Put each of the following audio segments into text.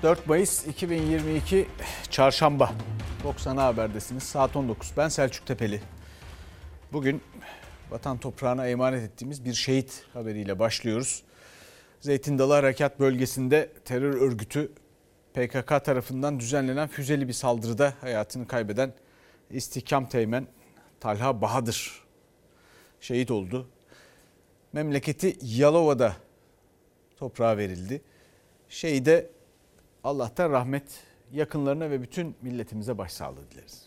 4 Mayıs 2022 Çarşamba. 90 Haber'desiniz. Saat 19. Ben Selçuk Tepeli. Bugün vatan toprağına emanet ettiğimiz bir şehit haberiyle başlıyoruz. Zeytin Dalı Harekat Bölgesi'nde terör örgütü PKK tarafından düzenlenen füzeli bir saldırıda hayatını kaybeden İstihkam Teğmen Talha Bahadır şehit oldu. Memleketi Yalova'da toprağa verildi. Şehide Allah'tan rahmet, yakınlarına ve bütün milletimize başsağlığı dileriz.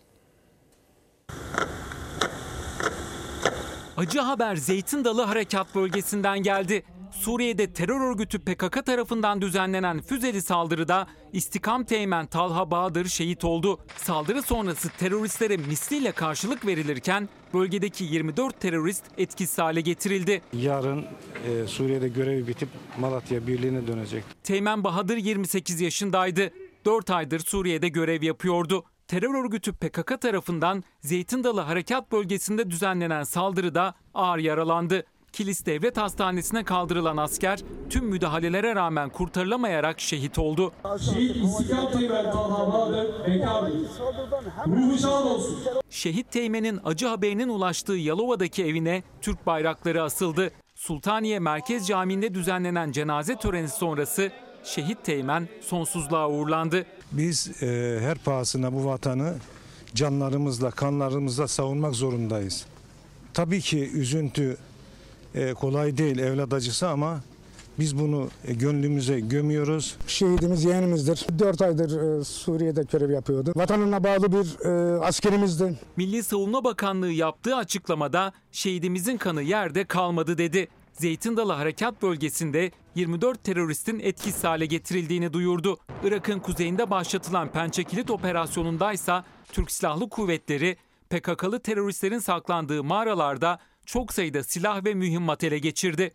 Acı haber Zeytin Dalı Harekat Bölgesi'nden geldi. Suriye'de terör örgütü PKK tarafından düzenlenen füzeli saldırıda İstihkam Teğmen Talha Bahadır şehit oldu. Saldırı sonrası teröristlere misliyle karşılık verilirken bölgedeki 24 terörist etkisiz hale getirildi. Yarın Suriye'de görevi bitip Malatya Birliği'ne dönecek. Teğmen Bahadır 28 yaşındaydı. 4 aydır Suriye'de görev yapıyordu. Terör örgütü PKK tarafından Zeytin Dalı Harekat Bölgesi'nde düzenlenen saldırıda ağır yaralandı. Kilis Devlet Hastanesi'ne kaldırılan asker tüm müdahalelere rağmen kurtarılamayarak şehit oldu. Şehit İstihkam Teğmen Talha Bahadır bekar değil. Ruhu şad olsun. Şehit Teğmen'in acı haberinin ulaştığı Yalova'daki evine Türk bayrakları asıldı. Sultaniye Merkez Camii'nde düzenlenen cenaze töreni sonrası Şehit Teğmen sonsuzluğa uğurlandı. Biz her pahasına bu vatanı canlarımızla, kanlarımızla savunmak zorundayız. Tabii ki üzüntü kolay değil evlat acısı ama biz bunu gönlümüze gömüyoruz. Şehidimiz yeğenimizdir. 4 aydır Suriye'de görev yapıyordu. Vatanına bağlı bir askerimizdi. Milli Savunma Bakanlığı yaptığı açıklamada şehidimizin kanı yerde kalmadı dedi. Zeytin Dalı Harekat Bölgesi'nde 24 teröristin etkisiz hale getirildiğini duyurdu. Irak'ın kuzeyinde başlatılan Pençekilit operasyonundaysa Türk Silahlı Kuvvetleri PKK'lı teröristlerin saklandığı mağaralarda çok sayıda silah ve mühimmat ele geçirdi.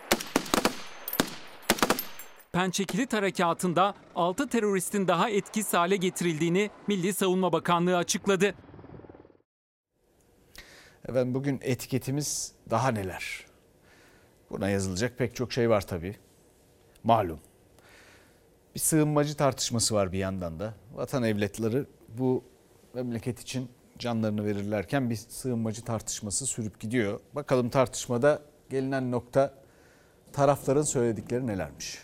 Pençekilit harekatında 6 teröristin daha etkisiz hale getirildiğini Milli Savunma Bakanlığı açıkladı. Efendim bugün etiketimiz daha neler? Buna yazılacak pek çok şey var tabii. Malum. Bir sığınmacı tartışması var bir yandan da. Vatan evlatları bu memleket için canlarını verirlerken bir sığınmacı tartışması sürüp gidiyor. Bakalım tartışmada gelinen nokta, tarafların söyledikleri nelermiş?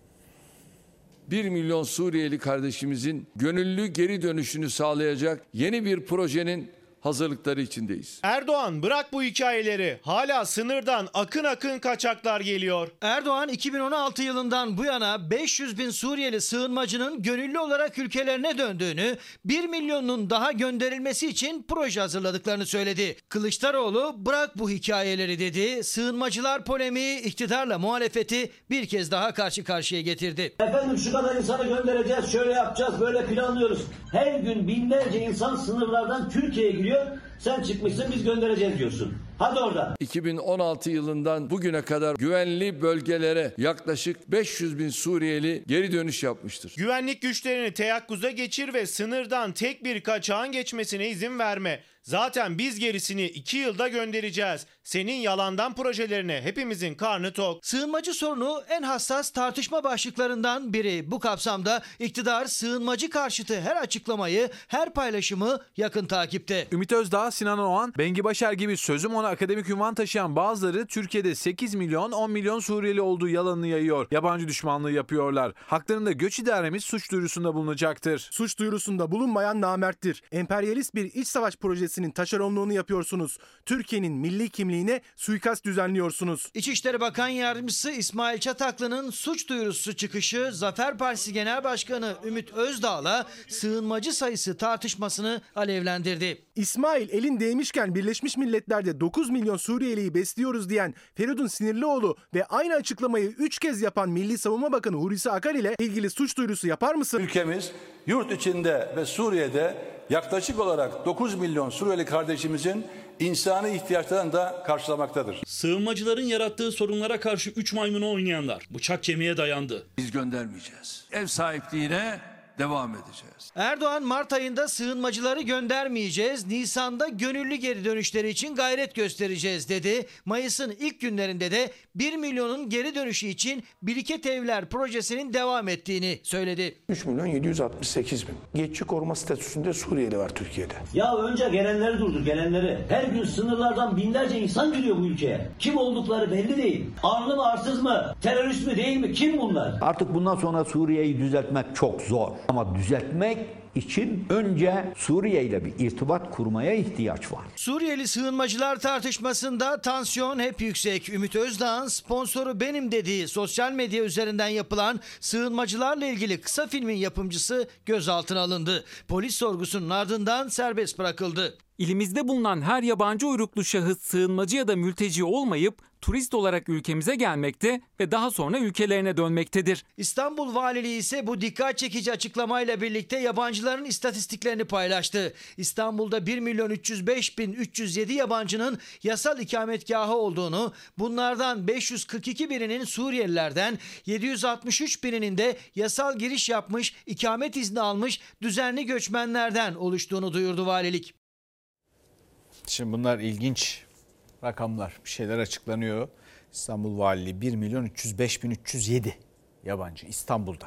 1 milyon Suriyeli kardeşimizin gönüllü geri dönüşünü sağlayacak yeni bir projenin hazırlıkları içindeyiz. Erdoğan bırak bu hikayeleri. Hala sınırdan akın akın kaçaklar geliyor. Erdoğan 2016 yılından bu yana 500 bin Suriyeli sığınmacının gönüllü olarak ülkelerine döndüğünü, 1 milyonun daha gönderilmesi için proje hazırladıklarını söyledi. Kılıçdaroğlu bırak bu hikayeleri dedi. Sığınmacılar polemiği iktidarla muhalefeti bir kez daha karşı karşıya getirdi. Efendim şu kadar insanı göndereceğiz, şöyle yapacağız, böyle planlıyoruz. Her gün binlerce insan sınırlardan Türkiye'ye giriyor. Sen çıkmışsın biz göndereceğiz diyorsun. Hadi orada. 2016 yılından bugüne kadar güvenli bölgelere yaklaşık 500 bin Suriyeli geri dönüş yapmıştır. Güvenlik güçlerini teyakkuza geçir ve sınırdan tek bir kaçağın geçmesine izin verme. Zaten biz gerisini 2 yılda göndereceğiz. Senin yalandan projelerine hepimizin karnı tok. Sığınmacı sorunu en hassas tartışma başlıklarından biri. Bu kapsamda iktidar sığınmacı karşıtı her açıklamayı, her paylaşımı yakın takipte. Ümit Özdağ, Sinan Oğan, Bengi Başar gibi sözüm ona akademik ünvan taşıyan bazıları Türkiye'de 8 milyon 10 milyon Suriyeli olduğu yalanını yayıyor. Yabancı düşmanlığı yapıyorlar. Haklarında göç idaremiz suç duyurusunda bulunacaktır. Suç duyurusunda bulunmayan namerttir. Emperyalist bir iç savaş projesinin taşeronluğunu yapıyorsunuz. Türkiye'nin milli kimliğine suikast düzenliyorsunuz. İçişleri Bakan Yardımcısı İsmail Çataklı'nın suç duyurusu çıkışı Zafer Partisi Genel Başkanı Ümit Özdağ'la sığınmacı sayısı tartışmasını alevlendirdi. İsmail elin değmişken Birleşmiş Milletler'de 9 milyon Suriyeliyi besliyoruz diyen Feridun Sinirlioğlu ve aynı açıklamayı 3 kez yapan Milli Savunma Bakanı Hulusi Akar ile ilgili suç duyurusu yapar mısın? Ülkemiz yurt içinde ve Suriye'de yaklaşık olarak 9 milyon Suriyeli kardeşimizin insani ihtiyaçlarını da karşılamaktadır. Sığınmacıların yarattığı sorunlara karşı 3 maymunu oynayanlar bıçak kemiğe dayandı. Biz göndermeyeceğiz. Ev sahipliğine devam edeceğiz. Erdoğan Mart ayında sığınmacıları göndermeyeceğiz, Nisan'da gönüllü geri dönüşleri için gayret göstereceğiz dedi. Mayıs'ın ilk günlerinde de 1 milyonun geri dönüşü için Biriket Evler projesinin devam ettiğini söyledi. 3.768.000 geçici koruma statüsünde Suriyeli var Türkiye'de. Ya önce gelenleri durdur, gelenleri. Her gün sınırlardan binlerce insan giriyor bu ülkeye. Kim oldukları belli değil. Arlı mı, arsız mı, terörist mi değil mi? Kim bunlar? Artık bundan sonra Suriye'yi düzeltmek çok zor. Ama düzeltmek için önce Suriye ile bir irtibat kurmaya ihtiyaç var. Suriyeli sığınmacılar tartışmasında tansiyon hep yüksek. Ümit Özdağ'ın sponsoru benim dediği sosyal medya üzerinden yapılan sığınmacılarla ilgili kısa filmin yapımcısı gözaltına alındı. Polis sorgusunun ardından serbest bırakıldı. İlimizde bulunan her yabancı uyruklu şahıs sığınmacı ya da mülteci olmayıp turist olarak ülkemize gelmekte ve daha sonra ülkelerine dönmektedir. İstanbul Valiliği ise bu dikkat çekici açıklamayla birlikte yabancıların istatistiklerini paylaştı. İstanbul'da 1.305.307 yabancının yasal ikametgahı olduğunu, bunlardan 542 bininin Suriyelilerden, 763 bininin de yasal giriş yapmış, ikamet izni almış düzenli göçmenlerden oluştuğunu duyurdu valilik. Şimdi bunlar ilginç rakamlar. Bir şeyler açıklanıyor. İstanbul Valiliği 1.305.307 yabancı İstanbul'da.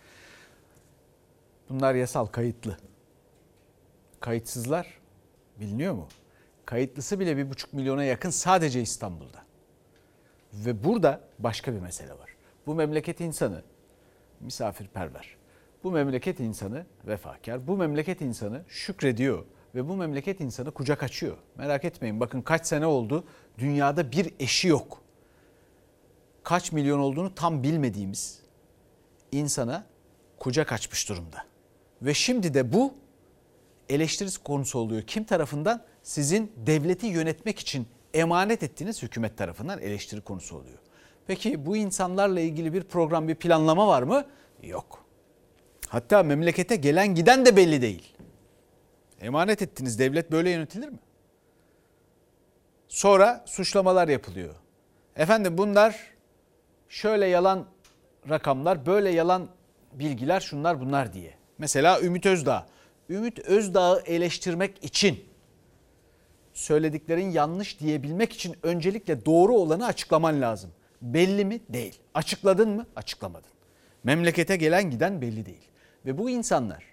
Bunlar yasal, kayıtlı. Kayıtsızlar biliniyor mu? Kayıtlısı bile 1,5 milyona yakın sadece İstanbul'da. Ve burada başka bir mesele var. Bu memleket insanı misafirperver. Bu memleket insanı vefakar. Bu memleket insanı şükrediyor. Ve bu memleket insanı kucak açıyor. Merak etmeyin, bakın kaç sene oldu dünyada bir eşi yok. Kaç milyon olduğunu tam bilmediğimiz insana kucak açmış durumda. Ve şimdi de bu eleştiri konusu oluyor. Kim tarafından? Sizin devleti yönetmek için emanet ettiğiniz hükümet tarafından eleştiri konusu oluyor. Peki bu insanlarla ilgili bir program, bir planlama var mı? Yok. Hatta memlekete gelen giden de belli değil. Emanet ettiniz, devlet böyle yönetilir mi? Sonra suçlamalar yapılıyor. Efendim bunlar şöyle yalan rakamlar, böyle yalan bilgiler, şunlar bunlar diye. Mesela Ümit Özdağ. Ümit Özdağ'ı eleştirmek için, söylediklerin yanlış diyebilmek için öncelikle doğru olanı açıklaman lazım. Belli mi? Değil. Açıkladın mı? Açıklamadın. Memlekete gelen giden belli değil. Ve bu insanlar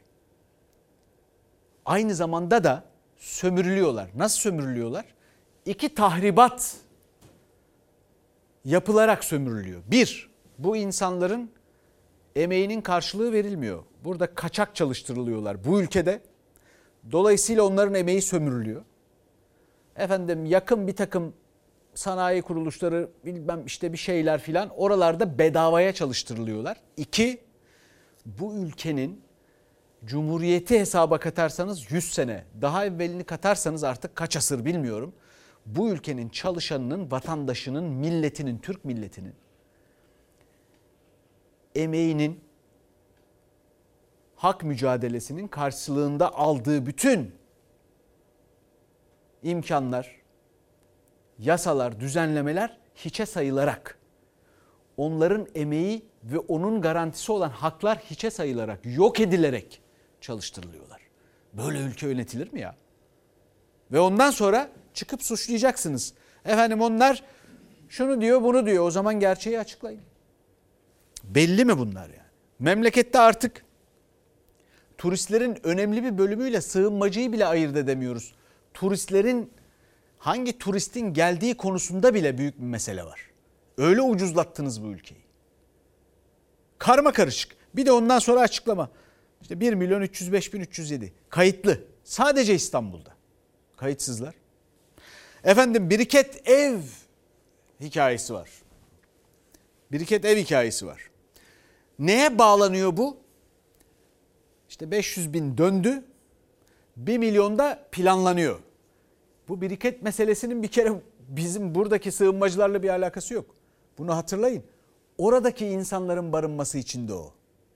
aynı zamanda da sömürülüyorlar. Nasıl sömürülüyorlar? İki tahribat yapılarak sömürülüyor. Bir, bu insanların emeğinin karşılığı verilmiyor. Burada kaçak çalıştırılıyorlar bu ülkede. Dolayısıyla onların emeği sömürülüyor. Efendim yakın bir takım sanayi kuruluşları, bilmem işte bir şeyler filan, oralarda bedavaya çalıştırılıyorlar. İki, bu ülkenin Cumhuriyeti hesaba katarsanız 100 sene, daha evvelini katarsanız artık kaç asır bilmiyorum. Bu ülkenin çalışanının, vatandaşının, milletinin, Türk milletinin emeğinin, hak mücadelesinin karşılığında aldığı bütün imkanlar, yasalar, düzenlemeler hiçe sayılarak, onların emeği ve onun garantisi olan haklar hiçe sayılarak, yok edilerek çalıştırılıyorlar. Böyle ülke yönetilir mi ya? Ve ondan sonra çıkıp suçlayacaksınız. Efendim onlar şunu diyor, bunu diyor. O zaman gerçeği açıklayın. Belli mi bunlar yani? Memlekette artık turistlerin önemli bir bölümüyle sığınmacıyı bile ayırt edemiyoruz. Turistlerin, hangi turistin geldiği konusunda bile büyük bir mesele var. Öyle ucuzlattınız bu ülkeyi. Karma karışık. Bir de ondan sonra açıklama. İşte 1.305.307 kayıtlı. Sadece İstanbul'da. Kayıtsızlar. Efendim biriket ev hikayesi var. Biriket ev hikayesi var. Neye bağlanıyor bu? İşte 500 bin döndü. 1 milyon da planlanıyor. Bu biriket meselesinin bir kere bizim buradaki sığınmacılarla bir alakası yok. Bunu hatırlayın. Oradaki insanların barınması için de o.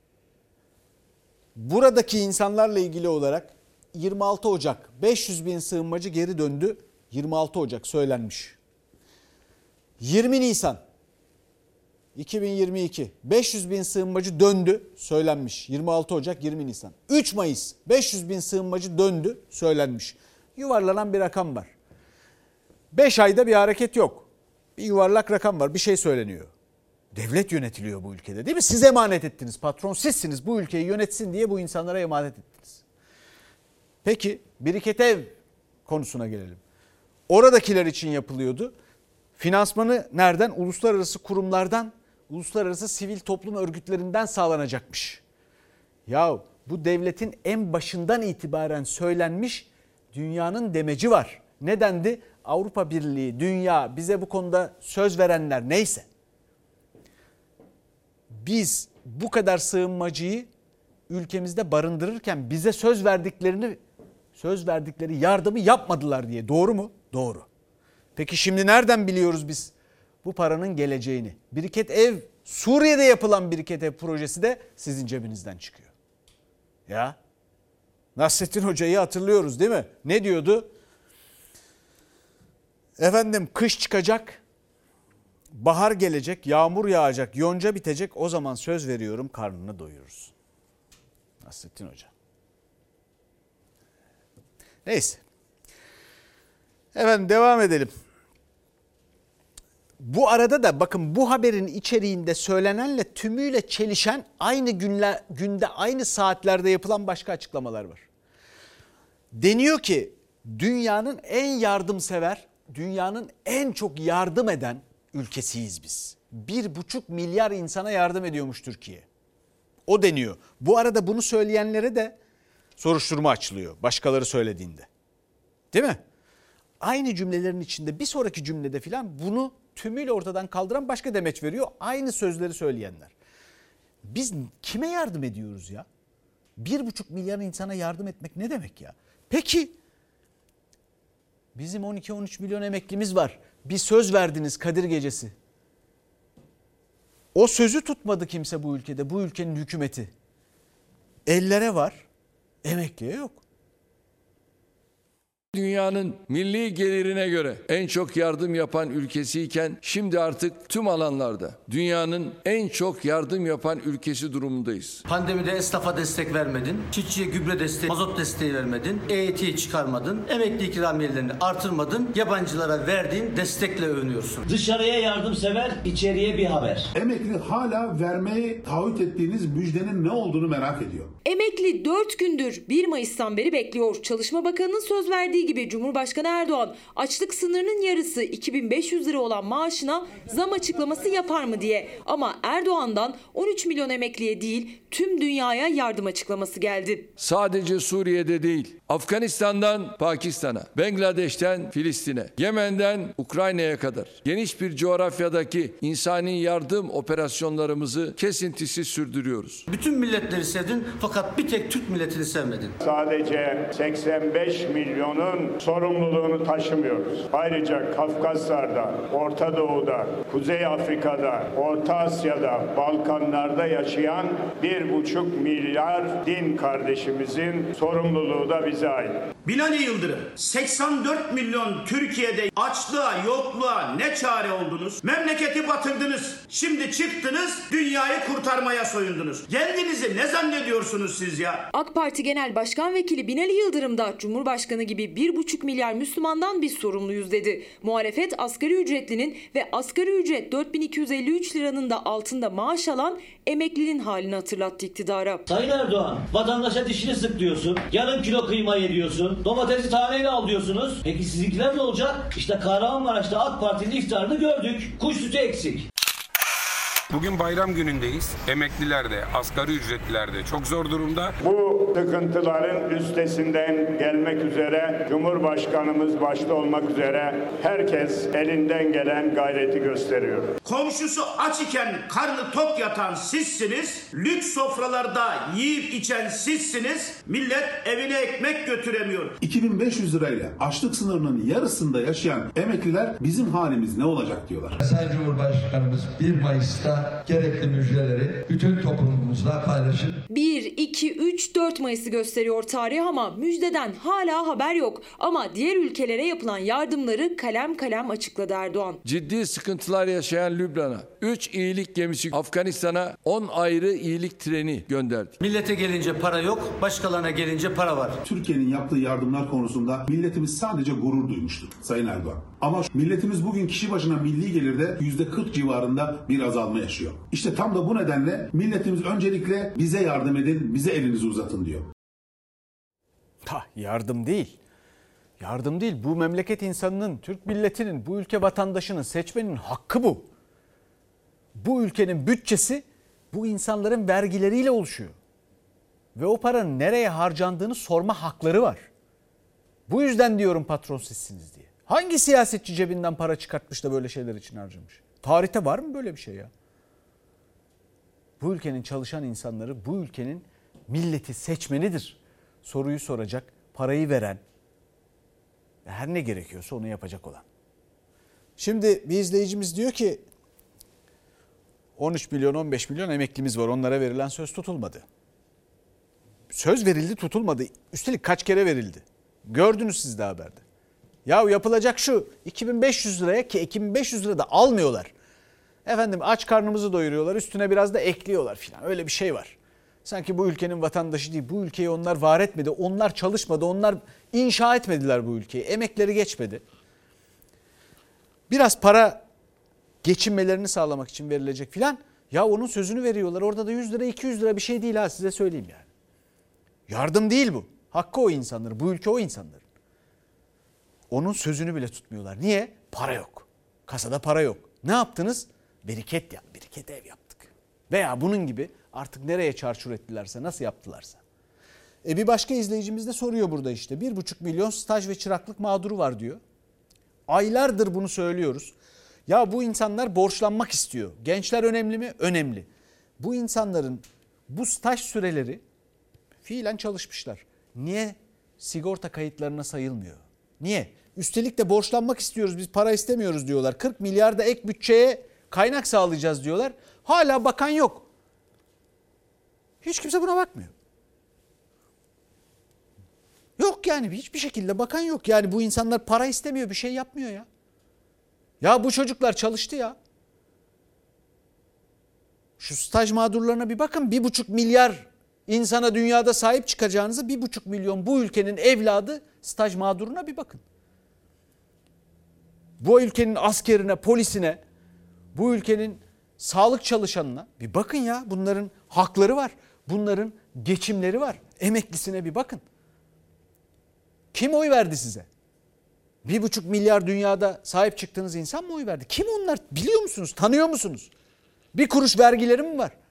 Buradaki insanlarla ilgili olarak 26 Ocak 500 bin sığınmacı geri döndü. 26 Ocak söylenmiş. 20 Nisan 2022 500 bin sığınmacı döndü söylenmiş. 26 Ocak 20 Nisan. 3 Mayıs 500 bin sığınmacı döndü söylenmiş. Yuvarlanan bir rakam var. 5 ayda bir hareket yok. Bir yuvarlak rakam var, bir şey söyleniyor. Devlet yönetiliyor bu ülkede değil mi? Siz emanet ettiniz, patron sizsiniz, bu ülkeyi yönetsin diye bu insanlara emanet ettiniz. Peki biriket ev konusuna gelelim. Oradakiler için yapılıyordu. Finansmanı nereden? Uluslararası kurumlardan, uluslararası sivil toplum örgütlerinden sağlanacakmış. Ya bu devletin en başından itibaren söylenmiş, dünyanın demeci var. Ne dendi? Avrupa Birliği, dünya, bize bu konuda söz verenler neyse. Biz bu kadar sığınmacıyı ülkemizde barındırırken bize söz verdikleri yardımı yapmadılar diye. Doğru mu? Doğru. Peki şimdi nereden biliyoruz biz bu paranın geleceğini? Biriket ev, Suriye'de yapılan biriket ev projesi de sizin cebinizden çıkıyor. Ya Nasrettin Hoca'yı hatırlıyoruz değil mi? Ne diyordu? Efendim kış çıkacak, bahar gelecek, yağmur yağacak, yonca bitecek, o zaman söz veriyorum karnını doyururuz. Nasrettin Hoca. Neyse. Efendim devam edelim. Bu arada da bakın bu haberin içeriğinde söylenenle tümüyle çelişen aynı günde aynı saatlerde yapılan başka açıklamalar var. Deniyor ki dünyanın en yardımsever, dünyanın en çok yardım eden ülkesiyiz biz. 1,5 milyar insana yardım ediyormuş Türkiye. O deniyor. Bu arada bunu söyleyenlere de soruşturma açılıyor başkaları söylediğinde. Değil mi? Aynı cümlelerin içinde bir sonraki cümlede filan bunu tümüyle ortadan kaldıran başka demeç veriyor. Aynı sözleri söyleyenler. Biz kime yardım ediyoruz ya? 1,5 milyar insana yardım etmek ne demek ya? Peki bizim 12-13 milyon emeklimiz var. Bir söz verdiniz Kadir Gecesi. O sözü tutmadı kimse bu ülkede, bu ülkenin hükümeti. Ellere var, emekliye yok. Dünyanın milli gelirine göre en çok yardım yapan ülkesiyken şimdi artık tüm alanlarda dünyanın en çok yardım yapan ülkesi durumundayız. Pandemide esnafa destek vermedin, çiftçiye gübre desteği, mazot desteği vermedin, EYT'yi çıkarmadın, emekli ikramiyelerini artırmadın, yabancılara verdiğin destekle övünüyorsun. Dışarıya yardımsever, içeriye bir haber. Emekli hala vermeyi taahhüt ettiğiniz müjdenin ne olduğunu merak ediyor. Emekli 4 gündür 1 Mayıs'tan beri bekliyor. Çalışma Bakanı'nın söz verdiği gibi Cumhurbaşkanı Erdoğan açlık sınırının yarısı 2500 lira olan maaşına zam açıklaması yapar mı diye. Ama Erdoğan'dan 13 milyon emekliye değil tüm dünyaya yardım açıklaması geldi. Sadece Suriye'de değil, Afganistan'dan Pakistan'a, Bangladeş'ten Filistin'e, Yemen'den Ukrayna'ya kadar geniş bir coğrafyadaki insani yardım operasyonlarımızı kesintisiz sürdürüyoruz. Bütün milletleri sevdin fakat bir tek Türk milletini sevmedin. Sadece 85 milyonun sorumluluğunu taşımıyoruz. Ayrıca Kafkaslar'da, Orta Doğu'da, Kuzey Afrika'da, Orta Asya'da, Balkanlar'da yaşayan 1,5 milyar din kardeşimizin sorumluluğu da bize ait. Binali Yıldırım, 84 milyon Türkiye'de açlığa, yokluğa ne çare oldunuz? Memleketi batırdınız. Şimdi çıktınız, dünyayı kurtarmaya soyundunuz. Kendinizi ne zannediyorsunuz siz ya? AK Parti Genel Başkan Vekili Binali Yıldırım da Cumhurbaşkanı gibi 1,5 milyar Müslümandan biz sorumluyuz dedi. Muhalefet asgari ücretlinin ve asgari ücret 4253 liranın da altında maaş alan emeklinin halini hatırlattı iktidara. Sayın Erdoğan, vatandaşa dişini sık diyorsun, yarım kilo kıyma yediyorsun, domatesi taneyle al diyorsunuz. Peki sizinkiler ne olacak? İşte Kahramanmaraş'ta AK Parti'nin iftarını gördük. Kuş sütü eksik. Bugün bayram günündeyiz. Emekliler de, asgari ücretliler de çok zor durumda. Bu sıkıntıların üstesinden gelmek üzere Cumhurbaşkanımız başta olmak üzere herkes elinden gelen gayreti gösteriyor. Komşusu aç iken karnı tok yatan sizsiniz. Lüks sofralarda yiyip içen sizsiniz. Millet evine ekmek götüremiyor. 2500 lirayla açlık sınırının yarısında yaşayan emekliler bizim halimiz ne olacak diyorlar. Sayın Cumhurbaşkanımız 1 Mayıs'ta da gerekli müjdeleri bütün toplumumuzla paylaşır. 1, 2, 3, 4 Mayıs'ı gösteriyor tarih ama müjdeden hala haber yok. Ama diğer ülkelere yapılan yardımları kalem kalem açıkladı Erdoğan. Ciddi sıkıntılar yaşayan Lübnan'a 3 iyilik gemisi, Afganistan'a 10 ayrı iyilik treni gönderdik. Millete gelince para yok, başkalarına gelince para var. Türkiye'nin yaptığı yardımlar konusunda milletimiz sadece gurur duymuştur Sayın Erdoğan. Ama milletimiz bugün kişi başına milli gelirde %40 civarında bir azalma yaşıyor. İşte tam da bu nedenle milletimiz öncelikle bize yardım edin, bize elinizi uzatın diyor. Yardım değil. Yardım değil. Bu memleket insanının, Türk milletinin, bu ülke vatandaşının, seçmenin hakkı bu. Bu ülkenin bütçesi bu insanların vergileriyle oluşuyor. Ve o paranın nereye harcandığını sorma hakları var. Bu yüzden diyorum patron sizsiniz diye. Hangi siyasetçi cebinden para çıkartmış da böyle şeyler için harcamış? Tarihte var mı böyle bir şey ya? Bu ülkenin çalışan insanları, bu ülkenin milleti, seçmenidir. Soruyu soracak, parayı veren, her ne gerekiyorsa onu yapacak olan. Şimdi bir izleyicimiz diyor ki 13 milyon 15 milyon emeklimiz var, onlara verilen söz tutulmadı. Söz verildi, tutulmadı. Üstelik kaç kere verildi? Gördünüz siz de haberde. Ya yapılacak şu 2500 liraya, ki 2500 lira da almıyorlar. Efendim aç karnımızı doyuruyorlar, üstüne biraz da ekliyorlar filan. Öyle bir şey var. Sanki bu ülkenin vatandaşı değil, bu ülkeyi onlar var etmedi, onlar çalışmadı, onlar inşa etmediler bu ülkeyi. Emekleri geçmedi. Biraz para geçinmelerini sağlamak için verilecek filan. Ya onun sözünü veriyorlar. Orada da 100 lira 200 lira bir şey değil ha, size söyleyeyim yani. Yardım değil bu. Hakkı o insanların, bu ülke o insanların. Onun sözünü bile tutmuyorlar. Niye? Para yok. Kasada para yok. Ne yaptınız? Beriket ev yaptık. Veya bunun gibi artık nereye çarçur ettilerse, nasıl yaptılarsa. Bir başka izleyicimiz de soruyor burada işte. 1,5 milyon staj ve çıraklık mağduru var diyor. Aylardır bunu söylüyoruz. Ya bu insanlar borçlanmak istiyor. Gençler önemli mi? Önemli. Bu insanların bu staj süreleri fiilen çalışmışlar. Niye sigorta kayıtlarına sayılmıyor? Niye? Üstelik de borçlanmak istiyoruz, biz para istemiyoruz diyorlar. 40 milyar da ek bütçeye kaynak sağlayacağız diyorlar. Hala bakan yok. Hiç kimse buna bakmıyor. Yok yani, hiçbir şekilde bakan yok. Yani bu insanlar para istemiyor, bir şey yapmıyor ya. Ya bu çocuklar çalıştı ya. Şu staj mağdurlarına bir bakın. 1,5 milyar insana dünyada sahip çıkacağınızı 1,5 milyon bu ülkenin evladı staj mağduruna bir bakın. Bu ülkenin askerine, polisine, bu ülkenin sağlık çalışanına bir bakın ya. Bunların hakları var. Bunların geçimleri var. Emeklisine bir bakın. Kim oy verdi size? 1,5 milyar dünyada sahip çıktığınız insan mı oy verdi? Kim onlar? Biliyor musunuz? Tanıyor musunuz? Bir kuruş vergileri mi var?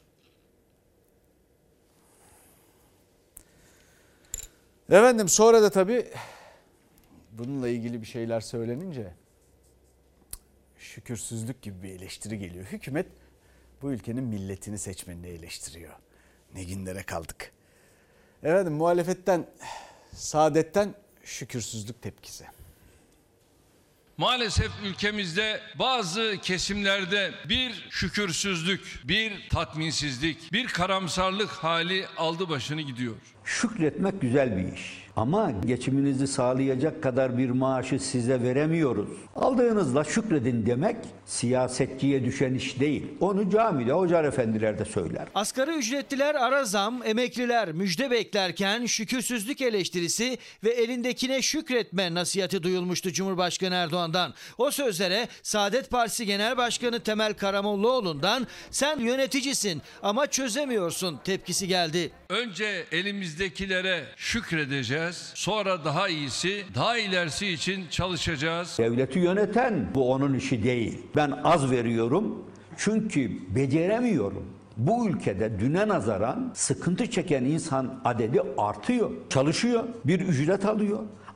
Efendim sonra da tabii bununla ilgili bir şeyler söylenince şükürsüzlük gibi bir eleştiri geliyor. Hükümet bu ülkenin milletini, seçmenini eleştiriyor. Ne günlere kaldık. Efendim muhalefetten, saadetten şükürsüzlük tepkisi. Maalesef ülkemizde bazı kesimlerde bir şükürsüzlük, bir tatminsizlik, bir karamsarlık hali aldı başını gidiyor. Şükretmek güzel bir iş. Ama geçiminizi sağlayacak kadar bir maaşı size veremiyoruz. Aldığınızla şükredin demek siyasetçiye düşen iş değil. Onu camide hocalar efendiler de söyler. Asgari ücretliler ara zam, emekliler müjde beklerken şükürsüzlük eleştirisi ve elindekine şükretme nasihati duyulmuştu Cumhurbaşkanı Erdoğan'dan. O sözlere Saadet Partisi Genel Başkanı Temel Karamollaoğlu'ndan sen yöneticisin ama çözemiyorsun tepkisi geldi. Önce elimizdekilere şükredeceğiz. Sonra daha iyisi, daha ilerisi için çalışacağız. Devleti yöneten bu onun işi değil. Ben az veriyorum çünkü beceremiyorum. Bu ülkede düne nazaran sıkıntı çeken insan adedi artıyor. Çalışıyor, bir ücret alıyor.